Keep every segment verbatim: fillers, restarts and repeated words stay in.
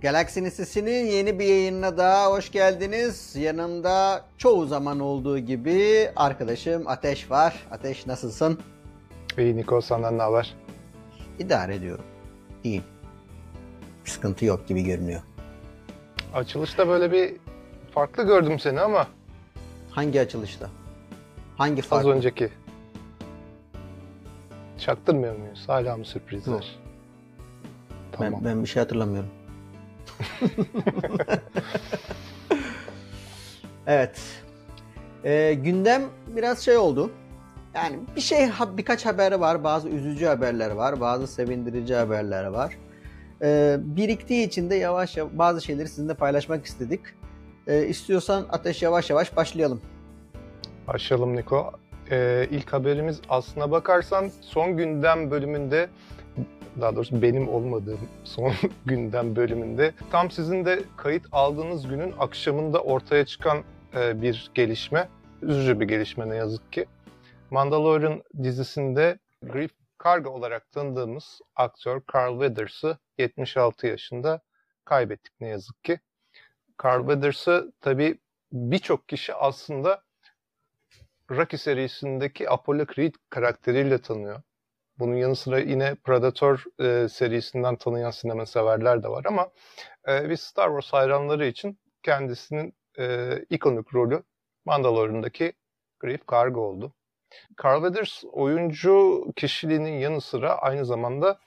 Galaksinin Sesi'nin yeni bir yayınına daha hoş geldiniz. Yanımda çoğu zaman olduğu gibi arkadaşım Ateş var. Ateş, nasılsın? İyi Niko, senden ne haber? İdare ediyorum. İyiyim. Bir sıkıntı yok gibi görünüyor. Açılışta böyle bir farklı gördüm seni ama. Hangi açılışta? Hangi farklı? Az önceki. Çaktırmıyor muyuz? Hala mı sürprizler? Yok. Tamam. Ben, ben bir şey hatırlamıyorum. Evet. Ee, gündem biraz şey oldu. Yani bir şey, birkaç haber var. Bazı üzücü haberler var. Bazı sevindirici haberler var. Ee, biriktiği için de yavaş yavaş bazı şeyleri sizinle paylaşmak istedik. Ee, istiyorsan Ateş, yavaş yavaş başlayalım. Başlayalım Niko. Ee, ilk haberimiz, aslına bakarsan son gündem bölümünde, daha doğrusu benim olmadığım son gündem bölümünde, tam sizin de kayıt aldığınız günün akşamında ortaya çıkan e, bir gelişme. Üzücü bir gelişme ne yazık ki. Mandalorian dizisinde Greef Karga olarak tanıdığımız aktör Carl Weathers'ı yetmiş altı yaşında kaybettik ne yazık ki. Carl Weathers'ı tabii birçok kişi aslında Rocky serisindeki Apollo Creed karakteriyle tanıyor. Bunun yanı sıra yine Predator e, serisinden tanıyan sinema severler de var ama e, biz Star Wars hayranları için kendisinin e, ikonik rolü Mandalorian'daki Greef Karga oldu. Carl Weathers oyuncu kişiliğinin yanı sıra aynı zamanda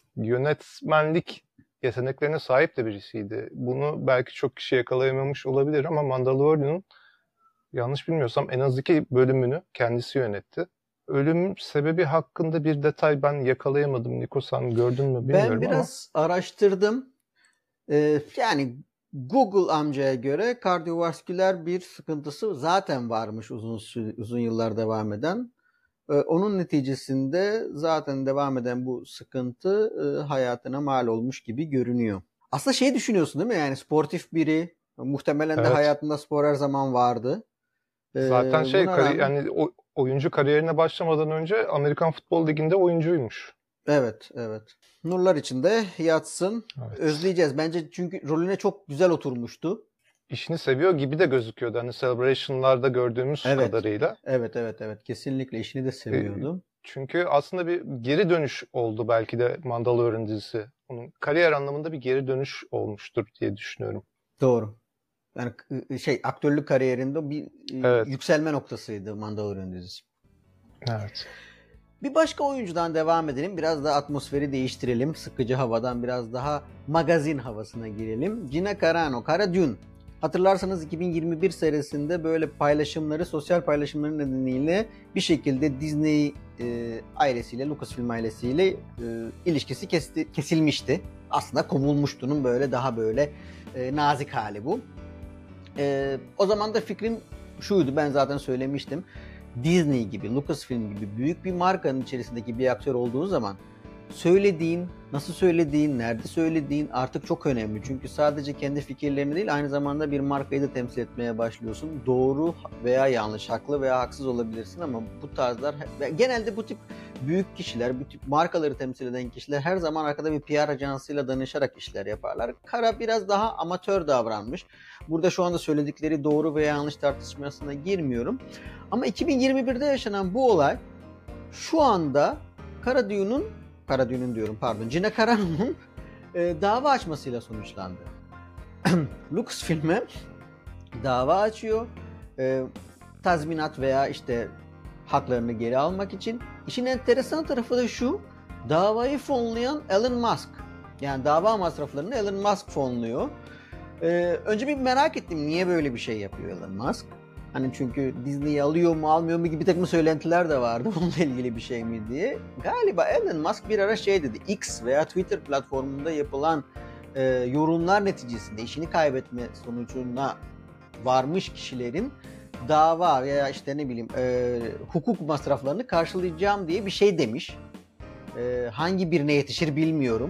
yönetmenlik yeteneklerine sahip de birisiydi. Bunu belki çok kişi yakalayamamış olabilir ama Mandalorian'ın, yanlış bilmiyorsam, en az iki bölümünü kendisi yönetti. Ölüm sebebi hakkında bir detay ben yakalayamadım. Niko, sen gördün mü bilmiyorum ama. Ben biraz ama araştırdım. Ee, yani Google amcaya göre kardiyovasküler bir sıkıntısı zaten varmış uzun uzun yıllar devam eden. Ee, onun neticesinde zaten devam eden bu sıkıntı e, hayatına mal olmuş gibi görünüyor. Aslında şey düşünüyorsun değil mi? Yani sportif biri, muhtemelen Evet. de hayatında spor her zaman vardı. Ee, Zaten şey buna kari- rağmen... yani o, oyuncu kariyerine başlamadan önce Amerikan Futbol Ligi'nde oyuncuymuş. Evet, evet. Nurlar içinde yatsın. Evet. Özleyeceğiz. Bence çünkü rolüne çok güzel oturmuştu. İşini seviyor gibi de gözüküyordu. Hani Celebration'larda gördüğümüz Evet. kadarıyla. Evet, evet, evet. Kesinlikle işini de seviyordu. E, çünkü aslında bir geri dönüş oldu belki de Mandalorian dizisi. Onun kariyer anlamında bir geri dönüş olmuştur diye düşünüyorum. Doğru. Yani şey, aktörlük kariyerinde bir Evet. yükselme noktasıydı Mandalorian dizisi. Evet. Bir başka oyuncudan devam edelim. Biraz da atmosferi değiştirelim. Sıkıcı havadan biraz daha magazin havasına girelim. Gina Carano, Cara Dune. Hatırlarsanız iki bin yirmi bir senesinde böyle paylaşımları, sosyal paylaşımları nedeniyle bir şekilde Disney e, ailesiyle, Lucasfilm ailesiyle e, ilişkisi kesti, kesilmişti. Aslında kovulmuştunun böyle daha böyle e, nazik hali bu. E, o zaman da fikrim şuydu, ben zaten söylemiştim. Disney gibi, Lucasfilm gibi büyük bir markanın içerisindeki bir aktör olduğu zaman söylediğin, nasıl söylediğin, nerede söylediğin artık çok önemli. Çünkü sadece kendi fikirlerini değil, aynı zamanda bir markayı da temsil etmeye başlıyorsun. Doğru veya yanlış, haklı veya haksız olabilirsin ama bu tarzlar, genelde bu tip büyük kişiler, bu tip markaları temsil eden kişiler her zaman arkada bir P R ajansıyla danışarak işler yaparlar. Kara biraz daha amatör davranmış. Burada şu anda söyledikleri doğru veya yanlış tartışmasına girmiyorum. Ama iki bin yirmi birde yaşanan bu olay şu anda Cara Dune'un Cara Dune'un diyorum pardon. Gina Carano'nun e, dava açmasıyla sonuçlandı. Lucasfilm'e dava açıyor. E, tazminat veya işte haklarını geri almak için. İşin enteresan tarafı da şu. Davayı fonlayan Elon Musk. Yani dava masraflarını Elon Musk fonluyor. E, önce bir merak ettim. Niye böyle bir şey yapıyor Elon Musk? Hani çünkü Disney'i alıyor mu almıyor mu gibi bir takım söylentiler de vardı onunla ilgili bir şey mi diye. Galiba Elon Musk bir ara şey dedi, X veya Twitter platformunda yapılan e, yorumlar neticesinde işini kaybetme sonucuna varmış kişilerin dava veya işte ne bileyim e, hukuk masraflarını karşılayacağım diye bir şey demiş. E, hangi birine yetişir bilmiyorum.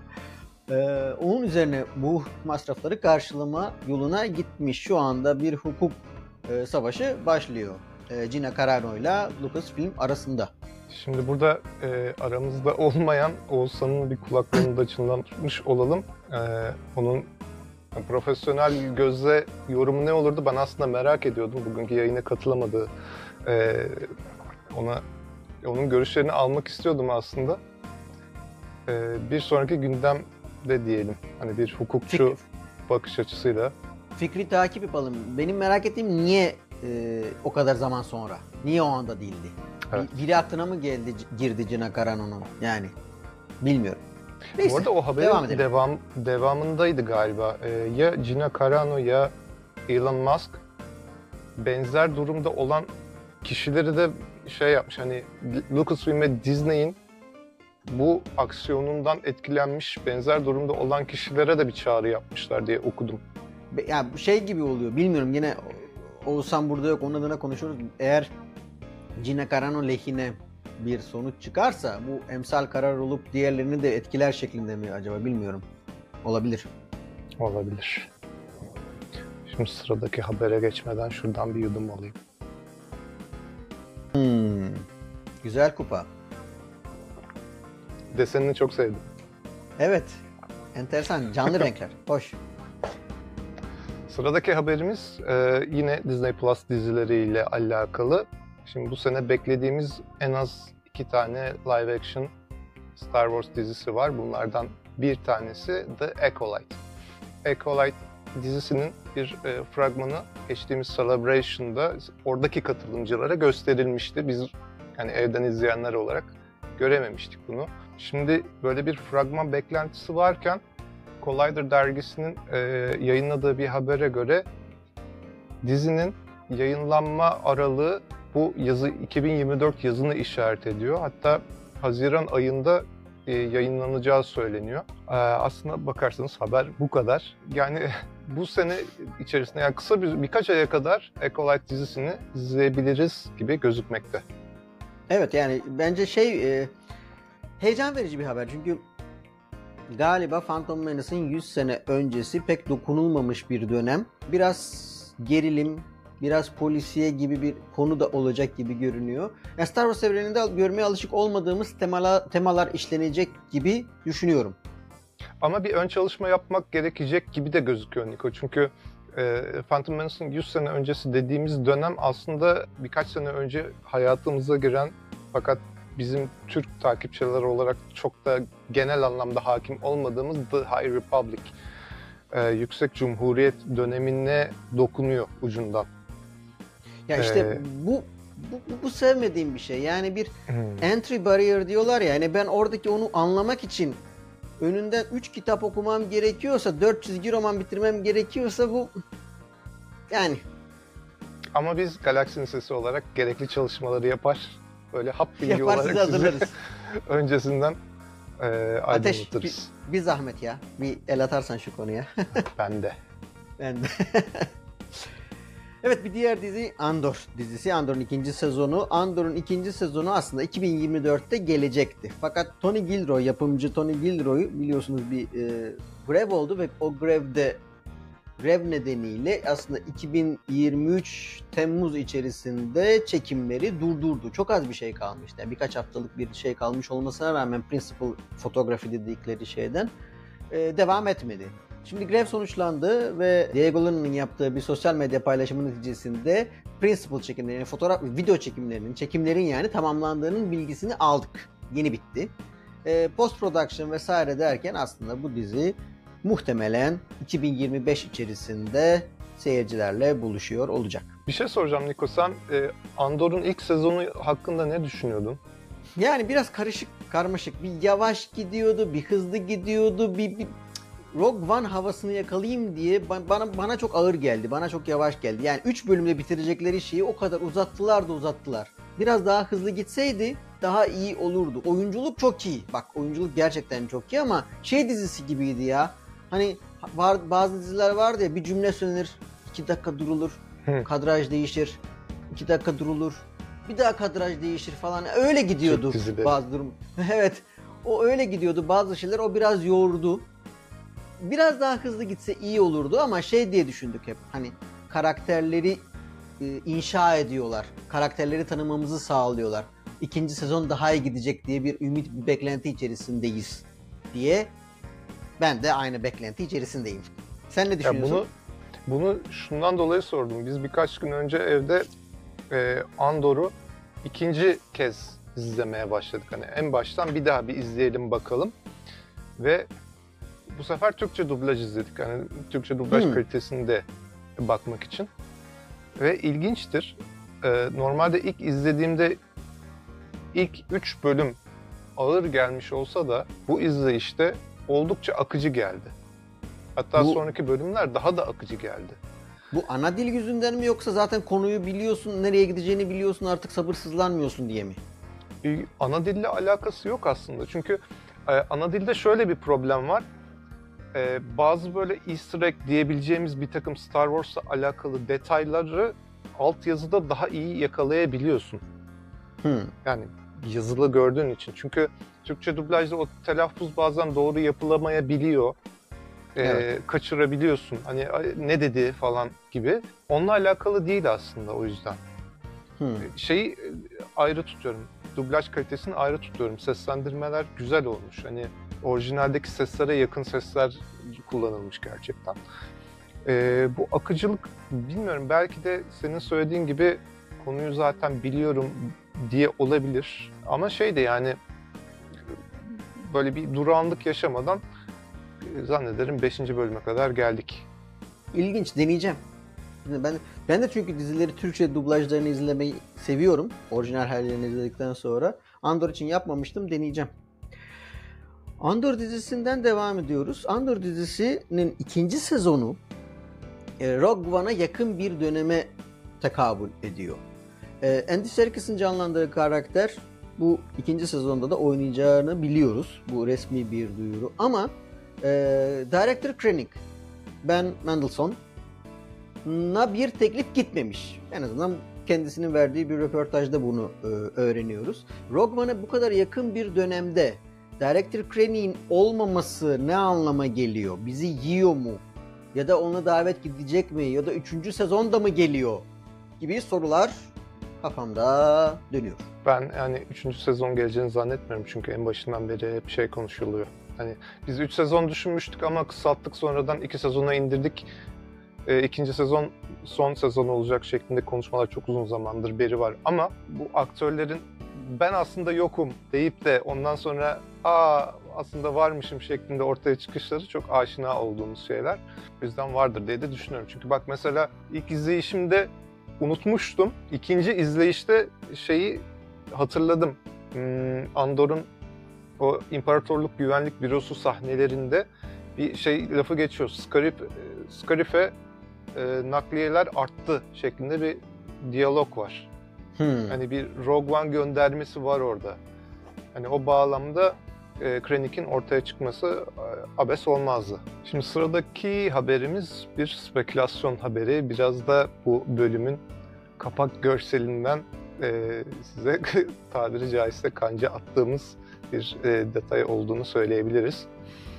E, onun üzerine bu masrafları karşılama yoluna gitmiş. Şu anda bir hukuk savaşı başlıyor. Gina Carano ile Lucasfilm arasında. Şimdi burada e, aramızda olmayan Oğuzhan'ın bir kulaklarını da çınlatmış olalım. E, onun profesyonel gözle yorumu ne olurdu ben aslında merak ediyordum. Bugünkü yayına katılamadı. E, ona onun görüşlerini almak istiyordum aslında. E, bir sonraki gündemde diyelim. Hani bir hukukçu Fikri, bakış açısıyla. fikri takip yapalım. Benim merak ettiğim niye e, o kadar zaman sonra? Niye o anda değildi? Evet. Bir- Biri aklına mı geldi, girdi Gina Carano'nun? Yani bilmiyorum. Neyse, Bu arada o haberin devam edelim. devam, devamındaydı galiba. Ee, ya Gina Carano ya Elon Musk benzer durumda olan kişileri de şey yapmış. Hani Lucasfilm ve Disney'in bu aksiyonundan etkilenmiş benzer durumda olan kişilere de bir çağrı yapmışlar diye okudum. Be- Yani bu şey gibi oluyor. Bilmiyorum, yine Oğuzhan burada yok, onun adına konuşuyoruz. Eğer Gina Carano lehine bir sonuç çıkarsa bu emsal karar olup diğerlerini de etkiler şeklinde mi acaba, bilmiyorum. Olabilir. Olabilir. Şimdi sıradaki habere geçmeden şuradan bir yudum alayım. Hmm. Güzel kupa. Desenini çok sevdim. Evet. Enteresan. Canlı renkler. Hoş. Sıradaki haberimiz e, yine Disney Plus dizileriyle alakalı. Şimdi bu sene beklediğimiz en az iki tane live action Star Wars dizisi var. Bunlardan bir tanesi The Acolyte. Acolyte dizisinin bir e, fragmanı geçtiğimiz Celebration'da oradaki katılımcılara gösterilmişti. Biz yani evden izleyenler olarak görememiştik bunu. Şimdi böyle bir fragman beklentisi varken Collider dergisinin e, yayınladığı bir habere göre dizinin yayınlanma aralığı bu yazı iki bin yirmi dört yazını işaret ediyor. Hatta Haziran ayında e, yayınlanacağı söyleniyor. E, aslında bakarsanız haber bu kadar. Yani bu sene içerisinde yani kısa bir birkaç aya kadar Acolyte dizisini izleyebiliriz gibi gözükmekte. Evet, yani bence şey e, heyecan verici bir haber. Çünkü galiba Phantom Menace'ın yüz sene öncesi pek dokunulmamış bir dönem. Biraz gerilim, biraz polisiye gibi bir konu da olacak gibi görünüyor. Yani Star Wars evreninde görmeye alışık olmadığımız temalar, temalar işlenecek gibi düşünüyorum. Ama bir ön çalışma yapmak gerekecek gibi de gözüküyor Niko. Çünkü e, Phantom Menace'ın yüz sene öncesi dediğimiz dönem aslında birkaç sene önce hayatımıza giren fakat bizim Türk takipçiler olarak çok da genel anlamda hakim olmadığımız The High Republic, e, Yüksek Cumhuriyet dönemine dokunuyor ucundan. Ya işte Ee, bu, bu bu sevmediğim bir şey. Yani bir hmm. entry barrier diyorlar ya. Yani ben oradaki onu anlamak için önünden üç kitap okumam gerekiyorsa, dört çizgi roman bitirmem gerekiyorsa bu yani. Ama biz Galaksinin Sesi olarak gerekli çalışmaları yapar. Böyle hap bilgi Yapar, olarak sizi sizi hazırlarız. öncesinden e, Ateş, bir, aydınlatırız. bir zahmet ya. Bir el atarsan şu konuya. Ben de. Ben de. Evet, bir diğer dizi Andor dizisi. Andor'un ikinci sezonu. Andor'un ikinci sezonu aslında iki bin yirmi dörtte gelecekti. Fakat Tony Gilroy, yapımcı Tony Gilroy biliyorsunuz bir e, grev oldu ve o grevde grev nedeniyle aslında iki bin yirmi üç Temmuz içerisinde çekimleri durdurdu. Çok az bir şey kalmıştı. Yani birkaç haftalık bir şey kalmış olmasına rağmen principal fotoğrafı dedikleri şeyden e, devam etmedi. Şimdi grev sonuçlandı ve Diego Luna'nın yaptığı bir sosyal medya paylaşımı neticesinde principal çekimlerinin, fotoğraf, video çekimlerinin, çekimlerin yani tamamlandığının bilgisini aldık. Yeni bitti. E, post production vesaire derken aslında bu dizi muhtemelen iki bin yirmi beş içerisinde seyircilerle buluşuyor olacak. Bir şey soracağım Niko. Sen e, Andor'un ilk sezonu hakkında ne düşünüyordun? Yani biraz karışık, karmaşık. Bir yavaş gidiyordu, bir hızlı gidiyordu, bir, bir Rogue One havasını yakalayayım diye bana bana çok ağır geldi. Bana çok yavaş geldi. Yani üç bölümde bitirecekleri şeyi o kadar uzattılar da uzattılar. Biraz daha hızlı gitseydi daha iyi olurdu. Oyunculuk çok iyi. Bak, oyunculuk gerçekten çok iyi ama şey dizisi gibiydi ya. Hani var, bazı diziler vardı ya, bir cümle söylenir, iki dakika durulur, Hı. kadraj değişir, iki dakika durulur, bir daha kadraj değişir falan. Öyle gidiyordu Türk dizileri. bazı durum. Evet, o öyle gidiyordu bazı şeyler, o biraz yordu. Biraz daha hızlı gitse iyi olurdu ama şey diye düşündük hep, hani karakterleri e, inşa ediyorlar, karakterleri tanımamızı sağlıyorlar. ikinci sezon daha iyi gidecek diye bir ümit, bir beklenti içerisindeyiz diye ben de aynı beklenti içerisindeyim. Sen ne Ya düşünüyorsun? bunu bunu şundan dolayı sordum. Biz birkaç gün önce evde e, Andor'u ikinci kez izlemeye başladık. Hani en baştan bir daha bir izleyelim bakalım. Ve bu sefer Türkçe dublaj izledik. Hani Türkçe dublaj Hmm. kalitesini de bakmak için. Ve ilginçtir. E, normalde ilk izlediğimde ilk üç bölüm ağır gelmiş olsa da bu izleyişte oldukça akıcı geldi. Hatta Bu- sonraki bölümler daha da akıcı geldi. Bu ana dil yüzünden mi yoksa zaten konuyu biliyorsun, nereye gideceğini biliyorsun, artık sabırsızlanmıyorsun diye mi? Bir ana dille alakası yok aslında. Çünkü e, ana dilde şöyle bir problem var. E, bazı böyle Easter egg diyebileceğimiz bir takım Star Wars'la alakalı detayları altyazıda daha iyi yakalayabiliyorsun. Hmm. Yani yazılı gördüğün için. Çünkü Türkçe dublajda o telaffuz bazen doğru yapılamayabiliyor. E, Evet. Kaçırabiliyorsun. Hani "Ay, ne dedi" falan gibi. Onunla alakalı değil aslında o yüzden. Hmm. Şeyi e, ayrı tutuyorum. Dublaj kalitesini ayrı tutuyorum. Seslendirmeler güzel olmuş. Hani orijinaldeki seslere yakın sesler kullanılmış gerçekten. Ee, bu akıcılık bilmiyorum. Belki de senin söylediğin gibi konuyu zaten biliyorum diye olabilir. Ama şey de yani böyle bir durağanlık yaşamadan e, zannederim beşinci bölüme kadar geldik. İlginç, deneyeceğim. Ben ben de çünkü dizileri Türkçe dublajlarını izlemeyi seviyorum. Orijinal hallerini izledikten sonra. Andor için yapmamıştım, deneyeceğim. Andor dizisinden devam ediyoruz. Andor dizisinin ikinci sezonu e, Rogue One'a yakın bir döneme tekabül ediyor. E, Andy Serkis'in canlandırdığı karakter bu ikinci sezonda da oynayacağını biliyoruz. Bu resmi bir duyuru. Ama e, Director Krennic, Ben Mendelsohn'a bir teklif gitmemiş. En azından kendisinin verdiği bir röportajda bunu e, öğreniyoruz. Rogue One'a bu kadar yakın bir dönemde Director Krennic'in olmaması ne anlama geliyor? Bizi yiyor mu? Ya da ona davet gidecek mi? Ya da üçüncü sezonda mı geliyor? Gibi sorular kafamda dönüyor. Ben yani üçüncü sezon geleceğini zannetmiyorum çünkü en başından beri hep şey konuşuluyor. Hani biz üç sezon düşünmüştük ama kısalttık, sonradan iki sezona indirdik. E, ikinci sezon son sezon olacak şeklinde konuşmalar çok uzun zamandır beri var. Ama bu aktörlerin ben aslında yokum deyip de ondan sonra aa aslında varmışım şeklinde ortaya çıkışları çok aşina olduğumuz şeyler. O yüzden vardır diye de düşünüyorum. Çünkü bak mesela ilk izleyişimde unutmuştum. İkinci izleyişte şeyi hatırladım. Hmm, Andor'un o İmparatorluk Güvenlik Bürosu sahnelerinde bir şey lafı geçiyor. Scarif, Scarif'e e, nakliyeler arttı şeklinde bir diyalog var. Hmm. Hani bir Rogue One göndermesi var orada. Hani o bağlamda e, Krennic'in ortaya çıkması e, abes olmazdı. Şimdi sıradaki haberimiz bir spekülasyon haberi. Biraz da bu bölümün kapak görselinden e, size tabiri caizse kanca attığımız bir e, detay olduğunu söyleyebiliriz.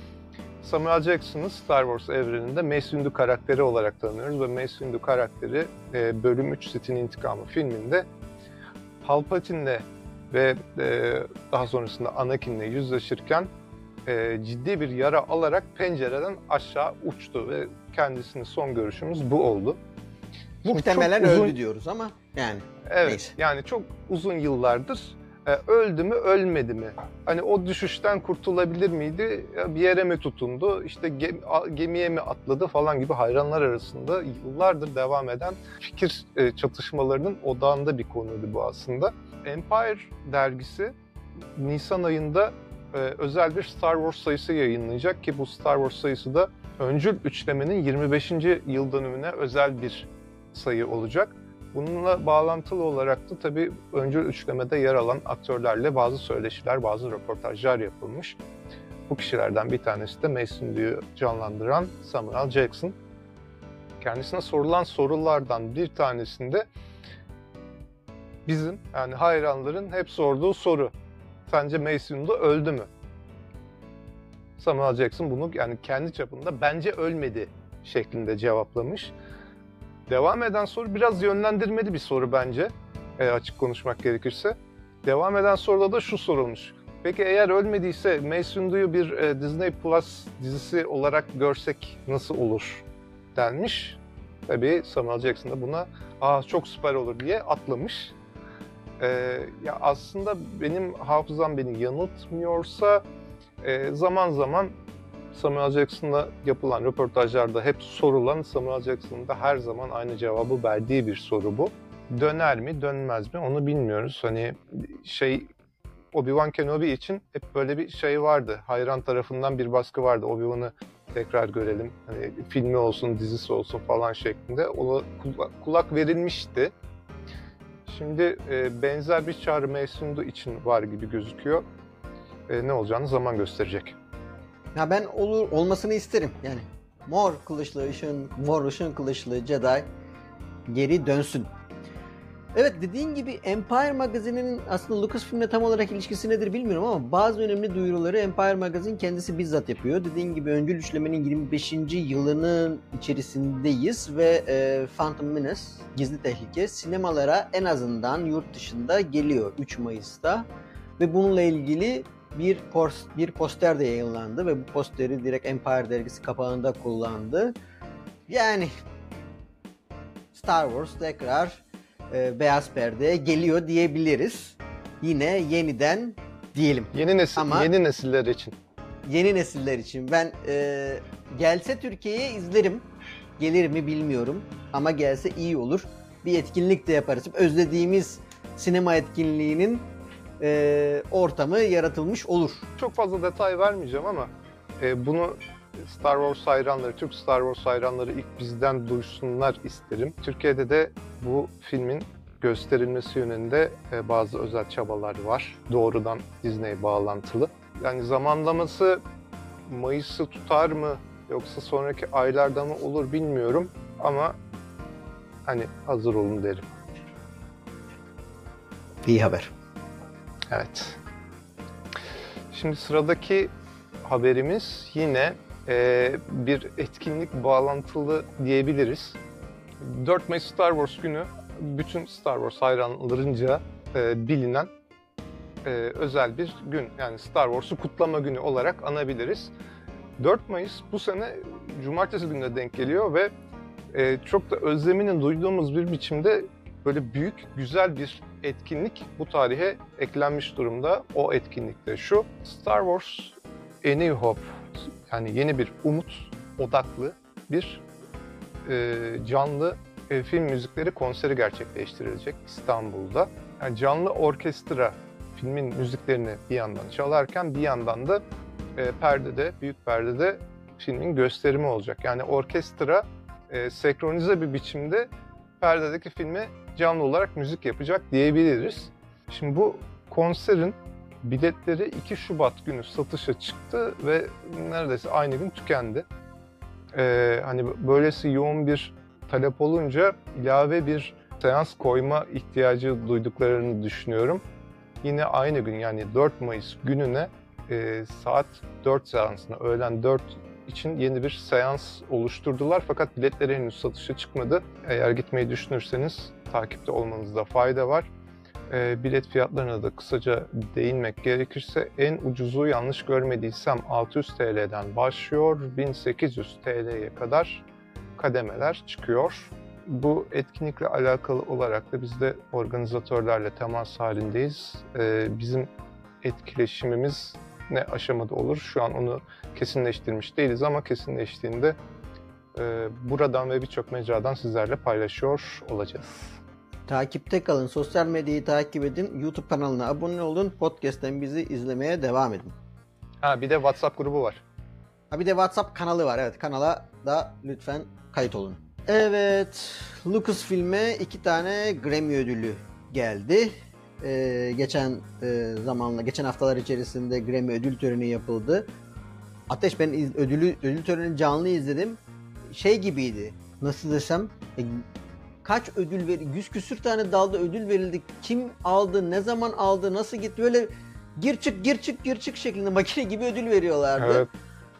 Samuel Jackson'ı Star Wars evreninde Mace Windu karakteri olarak tanıyoruz ve Mace Windu karakteri e, bölüm üç Sith'in İntikamı filminde Palpatine'le ve e, daha sonrasında Anakin'le yüzleşirken e, ciddi bir yara alarak pencereden aşağı uçtu ve kendisinin son görüşümüz bu oldu. Muhtemelen çok uzun- öldü diyoruz ama yani. Evet, Neyse. yani çok uzun yıllardır e, öldü mü ölmedi mi? Hani o düşüşten kurtulabilir miydi? Ya bir yere mi tutundu? İşte gem- a- gemiye mi atladı falan gibi hayranlar arasında yıllardır devam eden fikir e, çatışmalarının odağında bir konuydu bu aslında. Empire dergisi Nisan ayında e, özel bir Star Wars sayısı yayınlayacak ki bu Star Wars sayısı da Öncül Üçleme'nin yirmi beşinci yıl dönümüne özel bir sayı olacak. Bununla bağlantılı olarak da tabii Öncül Üçleme'de yer alan aktörlerle bazı söyleşiler, bazı röportajlar yapılmış. Bu kişilerden bir tanesi de Mace Windu'yu canlandıran Samuel Jackson. Kendisine sorulan sorulardan bir tanesinde bizim yani hayranların hep sorduğu soru. Sence Mace Windu öldü mü? Samuel Jackson bunu yani kendi çapında bence ölmedi şeklinde cevaplamış. Devam eden soru biraz yönlendirmeli bir soru bence, e, açık konuşmak gerekirse. Devam eden soruda da şu sorulmuş. Peki eğer ölmediyse Mace Windu'yu bir e, Disney Plus dizisi olarak görsek nasıl olur denmiş. Tabii Samuel Jackson da buna aa çok süper olur diye atlamış. Ee, ya aslında benim hafızam beni yanıltmıyorsa e, zaman zaman Samuel Jackson'la yapılan röportajlarda hep sorulan, Samuel Jackson'ın da her zaman aynı cevabı verdiği bir soru bu. Döner mi, dönmez mi onu bilmiyoruz. Hani şey Obi-Wan Kenobi için hep böyle bir şey vardı. Hayran tarafından bir baskı vardı. Obi-Wan'ı tekrar görelim. Hani filmi olsun, dizisi olsun falan şeklinde. Ona kulak verilmişti. Şimdi e, benzer bir çağrı Mace Windu için var gibi gözüküyor. E, ne olacağını zaman gösterecek. Ya ben olur olmasını isterim. Yani mor kılıçlı ışın, mor ışın kılıçlı Jedi geri dönsün. Evet, dediğin gibi Empire Magazine'in aslında Lucasfilm'le tam olarak ilişkisi nedir bilmiyorum ama bazı önemli duyuruları Empire Magazine kendisi bizzat yapıyor. Dediğin gibi öncül üçlemenin yirmi beşinci yılının içerisindeyiz ve e, Phantom Menace, Gizli Tehlike sinemalara en azından yurt dışında geliyor üç Mayıs'ta ve bununla ilgili bir post, bir poster de yayınlandı ve bu posteri direkt Empire dergisi kapağında kullandı. Yani Star Wars tekrar e, beyaz perdeye geliyor diyebiliriz. Yine yeniden diyelim. Yeni nesil, Ama yeni nesiller için. Yeni nesiller için. Ben e, gelse Türkiye'ye izlerim. Gelir mi bilmiyorum. Ama gelse iyi olur. Bir etkinlik de yaparız. Özlediğimiz sinema etkinliğinin e, ortamı yaratılmış olur. Çok fazla detay vermeyeceğim ama e, bunu Star Wars hayranları, Türk Star Wars hayranları ilk bizden duysunlar isterim. Türkiye'de de bu filmin gösterilmesi yönünde e, bazı özel çabalar var. Doğrudan Disney bağlantılı. Yani zamanlaması Mayıs'ı tutar mı yoksa sonraki aylarda mı olur bilmiyorum ama hani hazır olun derim. İyi haber. Evet. Şimdi sıradaki haberimiz yine e, bir etkinlik bağlantılı diyebiliriz. dört Mayıs Star Wars günü bütün Star Wars hayranlarınca e, bilinen e, özel bir gün. Yani Star Wars'u kutlama günü olarak anabiliriz. dört Mayıs bu sene Cumartesi gününe denk geliyor ve e, çok da özlemini duyduğumuz bir biçimde böyle büyük, güzel bir etkinlik bu tarihe eklenmiş durumda. O etkinlik de şu: Star Wars A New Hope, yani yeni bir umut odaklı bir e, canlı e, film müzikleri konseri gerçekleştirilecek İstanbul'da. Yani canlı orkestra filmin müziklerini bir yandan çalarken bir yandan da e, perdede, büyük perdede filmin gösterimi olacak. Yani orkestra e, senkronize bir biçimde perdedeki filme canlı olarak müzik yapacak diyebiliriz. Şimdi bu konserin biletleri iki Şubat günü satışa çıktı ve neredeyse aynı gün tükendi. Ee, hani böylesi yoğun bir talep olunca ilave bir seans koyma ihtiyacı duyduklarını düşünüyorum. Yine aynı gün, yani dört Mayıs gününe e, saat dört seansına, öğlen dört için yeni bir seans oluşturdular. Fakat biletleri henüz satışa çıkmadı. Eğer gitmeyi düşünürseniz takipte olmanızda fayda var. E, bilet fiyatlarına da kısaca değinmek gerekirse en ucuzu, yanlış görmediysem altı yüz T L'den başlıyor, bin sekiz yüz T L'ye kadar kademeler çıkıyor. Bu etkinlikle alakalı olarak da biz de organizatörlerle temas halindeyiz. E, bizim etkileşimimiz ne aşamada olur? Şu an onu kesinleştirmiş değiliz ama kesinleştiğinde e, buradan ve birçok mecradan sizlerle paylaşıyor olacağız. Takipte kalın, sosyal medyayı takip edin, YouTube kanalına abone olun, podcast'ten bizi izlemeye devam edin. Ha, bir de WhatsApp grubu var. Ha, bir de WhatsApp kanalı var, evet, kanala da lütfen kayıt olun. Evet, Lucasfilm'e iki tane Grammy ödülü geldi. Ee, geçen e, zamanla, geçen haftalar içerisinde Grammy ödül töreni yapıldı. Ateş, ben iz, ödülü ödül törenini canlı izledim. Şey gibiydi, nasıl desem, e, kaç ödül verildi, yüz küsür tane dalda ödül verildi. Kim aldı, ne zaman aldı, nasıl gitti, böyle gir çık gir çık gir çık şeklinde makine gibi ödül veriyorlardı. Evet.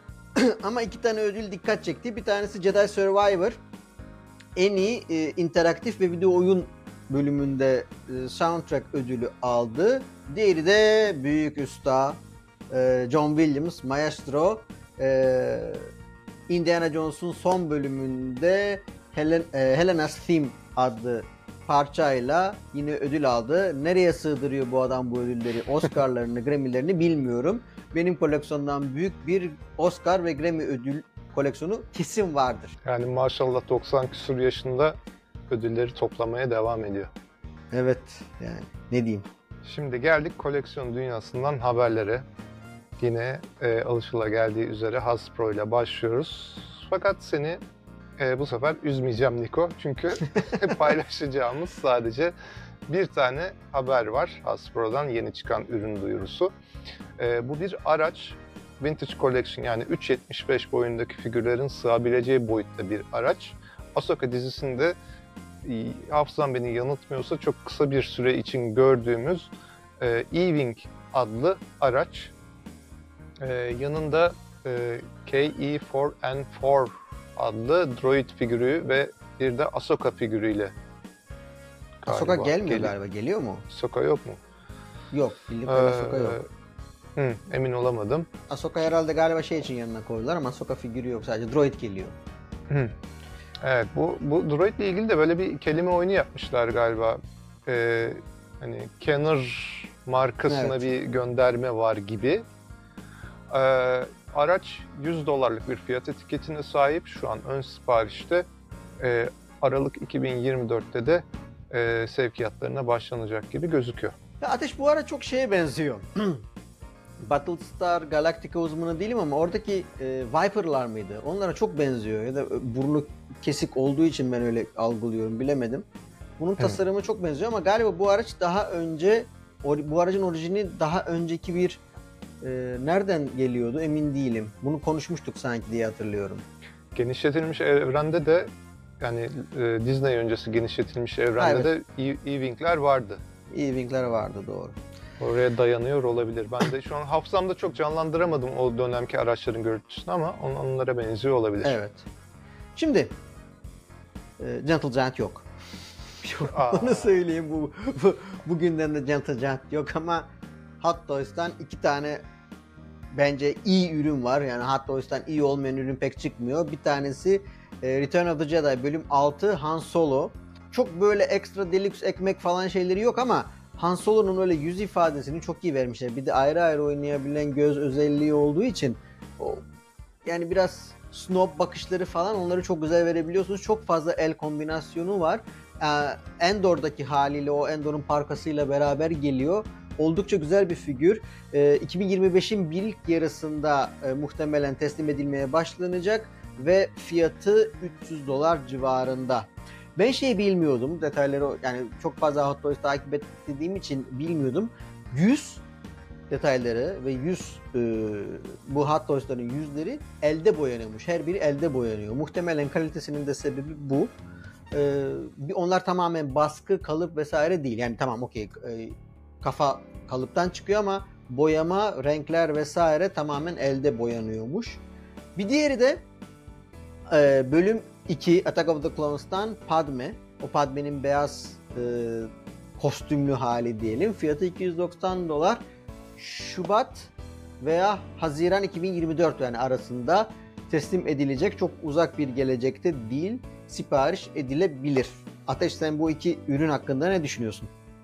Ama iki tane ödül dikkat çekti. Bir tanesi Jedi Survivor. En iyi e, interaktif ve video oyun bölümünde e, soundtrack ödülü aldı. Diğeri de büyük usta e, John Williams, Maestro. E, Indiana Jones'un son bölümünde Helen, e, Helena's Theme adlı parçayla yine ödül aldı. Nereye sığdırıyor bu adam bu ödülleri, Oscar'larını, Grammy'lerini bilmiyorum. Benim koleksiyondan büyük bir Oscar ve Grammy ödül koleksiyonu kesin vardır. Yani maşallah doksan küsur yaşında ödülleri toplamaya devam ediyor. Evet, yani ne diyeyim. Şimdi geldik koleksiyon dünyasından haberlere. Yine e, alışılageldiği üzere Hasbro ile başlıyoruz. Fakat seni e, bu sefer üzmeyeceğim Niko. Çünkü paylaşacağımız sadece bir tane haber var. Hasbro'dan yeni çıkan ürün duyurusu. E, bu bir araç. Vintage Collection, yani üç yetmiş beş boyundaki figürlerin sığabileceği boyutta bir araç. Ahsoka dizisinde, hafızam beni yanıltmıyorsa, çok kısa bir süre için gördüğümüz e, E-Wing adlı araç. E, yanında e, K E dört N dört adlı droid figürü ve bir de Ahsoka figürüyle. Ahsoka gelmiyor Geliyor. galiba. Geliyor mu? Ahsoka yok mu? Yok. Bildiğim kadarıyla Ahsoka Ee, yok. Hı, emin olamadım. Ahsoka herhalde galiba şey için yanına koydular ama Ahsoka figürü yok. Sadece droid geliyor. Hı. Evet, bu, bu droid ile ilgili de böyle bir kelime oyunu yapmışlar galiba. Ee, hani Kenner markasına Evet. bir gönderme var gibi. Ee, araç yüz dolarlık bir fiyat etiketine sahip. Şu an ön siparişte. Ee, Aralık iki bin yirmi dörtte de e, sevkiyatlarına başlanacak gibi gözüküyor. Ya Ateş, bu ara çok şeye benziyor. Battlestar Galactica uzmanı değilim ama oradaki e, Viper'lar mıydı? Onlara çok benziyor. Ya da burnu kesik olduğu için ben öyle algılıyorum, bilemedim. Bunun tasarımı çok benziyor ama galiba bu araç daha önce, bu aracın orijini daha önceki bir e, nereden geliyordu emin değilim. Bunu konuşmuştuk sanki diye hatırlıyorum. Genişletilmiş evrende de, yani e, Disney öncesi genişletilmiş evrende Evet. de E- E-Wing'ler vardı. E-Wing'ler vardı, doğru. Oraya dayanıyor olabilir. Ben de şu an hafızamda çok canlandıramadım o dönemki araçların görüntüsünü ama on- onlara benziyor olabilir. Evet. Şimdi e, Gentle Giant yok. Aa. Onu söyleyeyim, bu, bu bugünden de Gentle Giant yok ama Hot Toys'tan iki tane bence iyi ürün var. Yani Hot Toys'tan iyi olmayan ürün pek çıkmıyor. Bir tanesi e, Return of the Jedi bölüm altı Han Solo. Çok böyle ekstra deluxe ekmek falan şeyleri yok ama Han Solo'nun öyle yüz ifadesini çok iyi vermişler. Bir de ayrı ayrı oynayabilen göz özelliği olduğu için o, yani biraz snob bakışları falan, onları çok güzel verebiliyorsunuz. Çok fazla el kombinasyonu var. Ee, Endor'daki haliyle, o Endor'un parkasıyla beraber geliyor. Oldukça güzel bir figür. Ee, iki bin yirmi beşin bir ilk yarısında e, muhtemelen teslim edilmeye başlanacak ve fiyatı üç yüz dolar civarında. Ben şey bilmiyordum, detayları, yani çok fazla Hot Toys takip ettiğim için bilmiyordum. yüz detayları ve yüz e, bu Hot Toys'ların yüzleri elde boyanıyormuş. Her biri elde boyanıyor. Muhtemelen kalitesinin de sebebi bu. E, onlar tamamen baskı, kalıp vesaire değil. Yani tamam, okey, e, kafa kalıptan çıkıyor ama boyama, renkler vesaire tamamen elde boyanıyormuş. Bir diğeri de e, bölüm iki Attack of the Clones'tan Padme. O Padme'nin beyaz e, kostümlü hali diyelim. Fiyatı iki yüz doksan dolar. Şubat veya Haziran iki bin yirmi dört yani arasında teslim edilecek. Çok uzak bir gelecekte değil. Sipariş edilebilir. Ateş, sen bu iki ürün hakkında ne düşünüyorsun?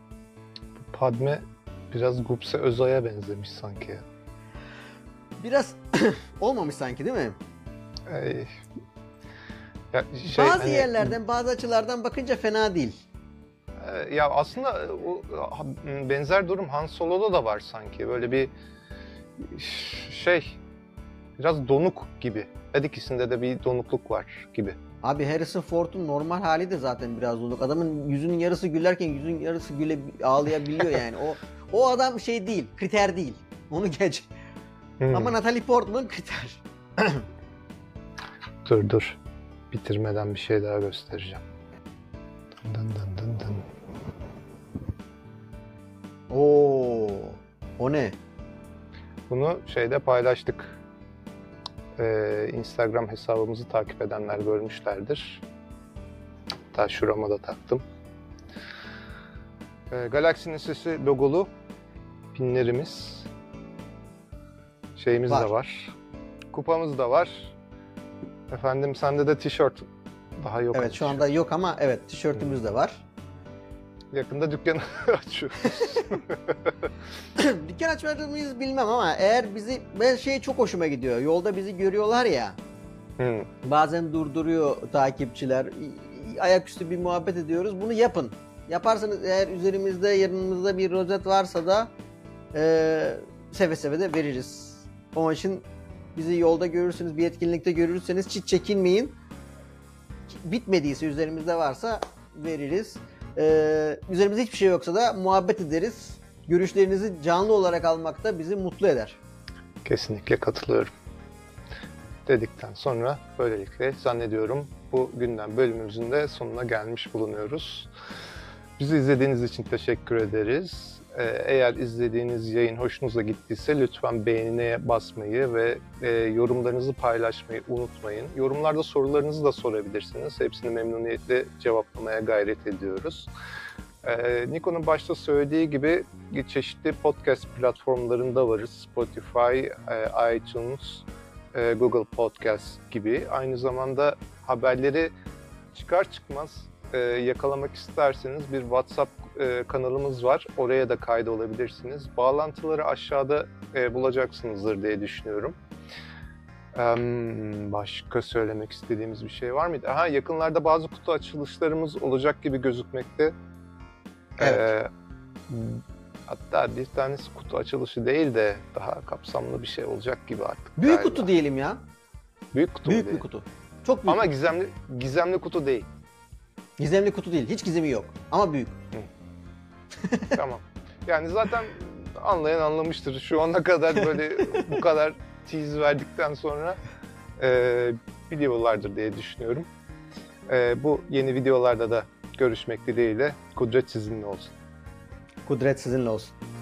Padme biraz Gupse Özay'a benzemiş sanki ya. Biraz olmamış sanki, değil mi? Ee, ya şey, bazı hani, yerlerden, bazı açılardan bakınca fena değil. e, ya aslında o benzer durum Han Solo'da da var sanki. Böyle bir şey, biraz donuk gibi. Her ikisinde de bir donukluk var gibi. Abi Harrison Ford'un normal hali de zaten biraz donuk. Adamın yüzünün yarısı gülerken yüzünün yarısı güle ağlayabiliyor yani. O o adam şey değil, kriter değil. Onu geç. Hmm. Ama Natalie Portman kriter. Dur dur. Bitirmeden bir şey daha göstereceğim. Dın dın dın dın. Oo, o ne? Bunu şeyde paylaştık. Ee, Instagram hesabımızı takip edenler görmüşlerdir. Hatta şurama da taktım. E, Galaxy'nin sesi logolu pinlerimiz. Şeyimiz Var. de var. Kupamız da var. Efendim sende de tişört daha yok. Evet şu anda yok ama evet tişörtümüz de var. Yakında dükkanı açıyoruz. Dükkan açmadığımız mıyız bilmem ama eğer bizi, ben şey çok hoşuma gidiyor. Yolda bizi görüyorlar ya. Hmm. Bazen durduruyor takipçiler. Ayaküstü bir muhabbet ediyoruz. Bunu yapın. Yaparsanız eğer üzerimizde yanımızda bir rozet varsa da e, seve seve de veririz. Onun için bizi yolda görürsünüz, bir etkinlikte görürseniz hiç çekinmeyin. Bitmediyse üzerimizde varsa veririz. Ee, üzerimizde hiçbir şey yoksa da muhabbet ederiz. Görüşlerinizi canlı olarak almak da bizi mutlu eder. Kesinlikle katılıyorum. Dedikten sonra böylelikle zannediyorum bu gündem bölümümüzün de sonuna gelmiş bulunuyoruz. Bizi izlediğiniz için teşekkür ederiz. Ee, eğer izlediğiniz yayın hoşunuza gittiyse lütfen beğenine basmayı ve e, yorumlarınızı paylaşmayı unutmayın. Yorumlarda sorularınızı da sorabilirsiniz. Hepsini memnuniyetle cevaplamaya gayret ediyoruz. Ee, Niko'nun başta söylediği gibi çeşitli podcast platformlarında varız. Spotify, e, iTunes, e, Google Podcast gibi. Aynı zamanda haberleri çıkar çıkmaz e, yakalamak isterseniz bir WhatsApp e, kanalımız var. Oraya da kaydolabilirsiniz. Bağlantıları aşağıda e, bulacaksınızdır diye düşünüyorum. Ee, başka söylemek istediğimiz bir şey var mıydı? Aha, yakınlarda bazı kutu açılışlarımız olacak gibi gözükmekte. Evet. Ee, hatta bir tanesi kutu açılışı değil de daha kapsamlı bir şey olacak gibi artık. Büyük galiba. kutu diyelim ya. Büyük kutu Büyük değil. bir kutu. Çok büyük. Ama gizemli gizemli kutu değil. Gizemli kutu değil. Hiç gizemi yok. Ama büyük. Tamam. Yani zaten anlayan anlamıştır. Şu ana kadar böyle bu kadar tease verdikten sonra e, biliyorlardır diye düşünüyorum. E, bu yeni videolarda da görüşmek dileğiyle. Kudret sizinle olsun. Kudret sizinle olsun.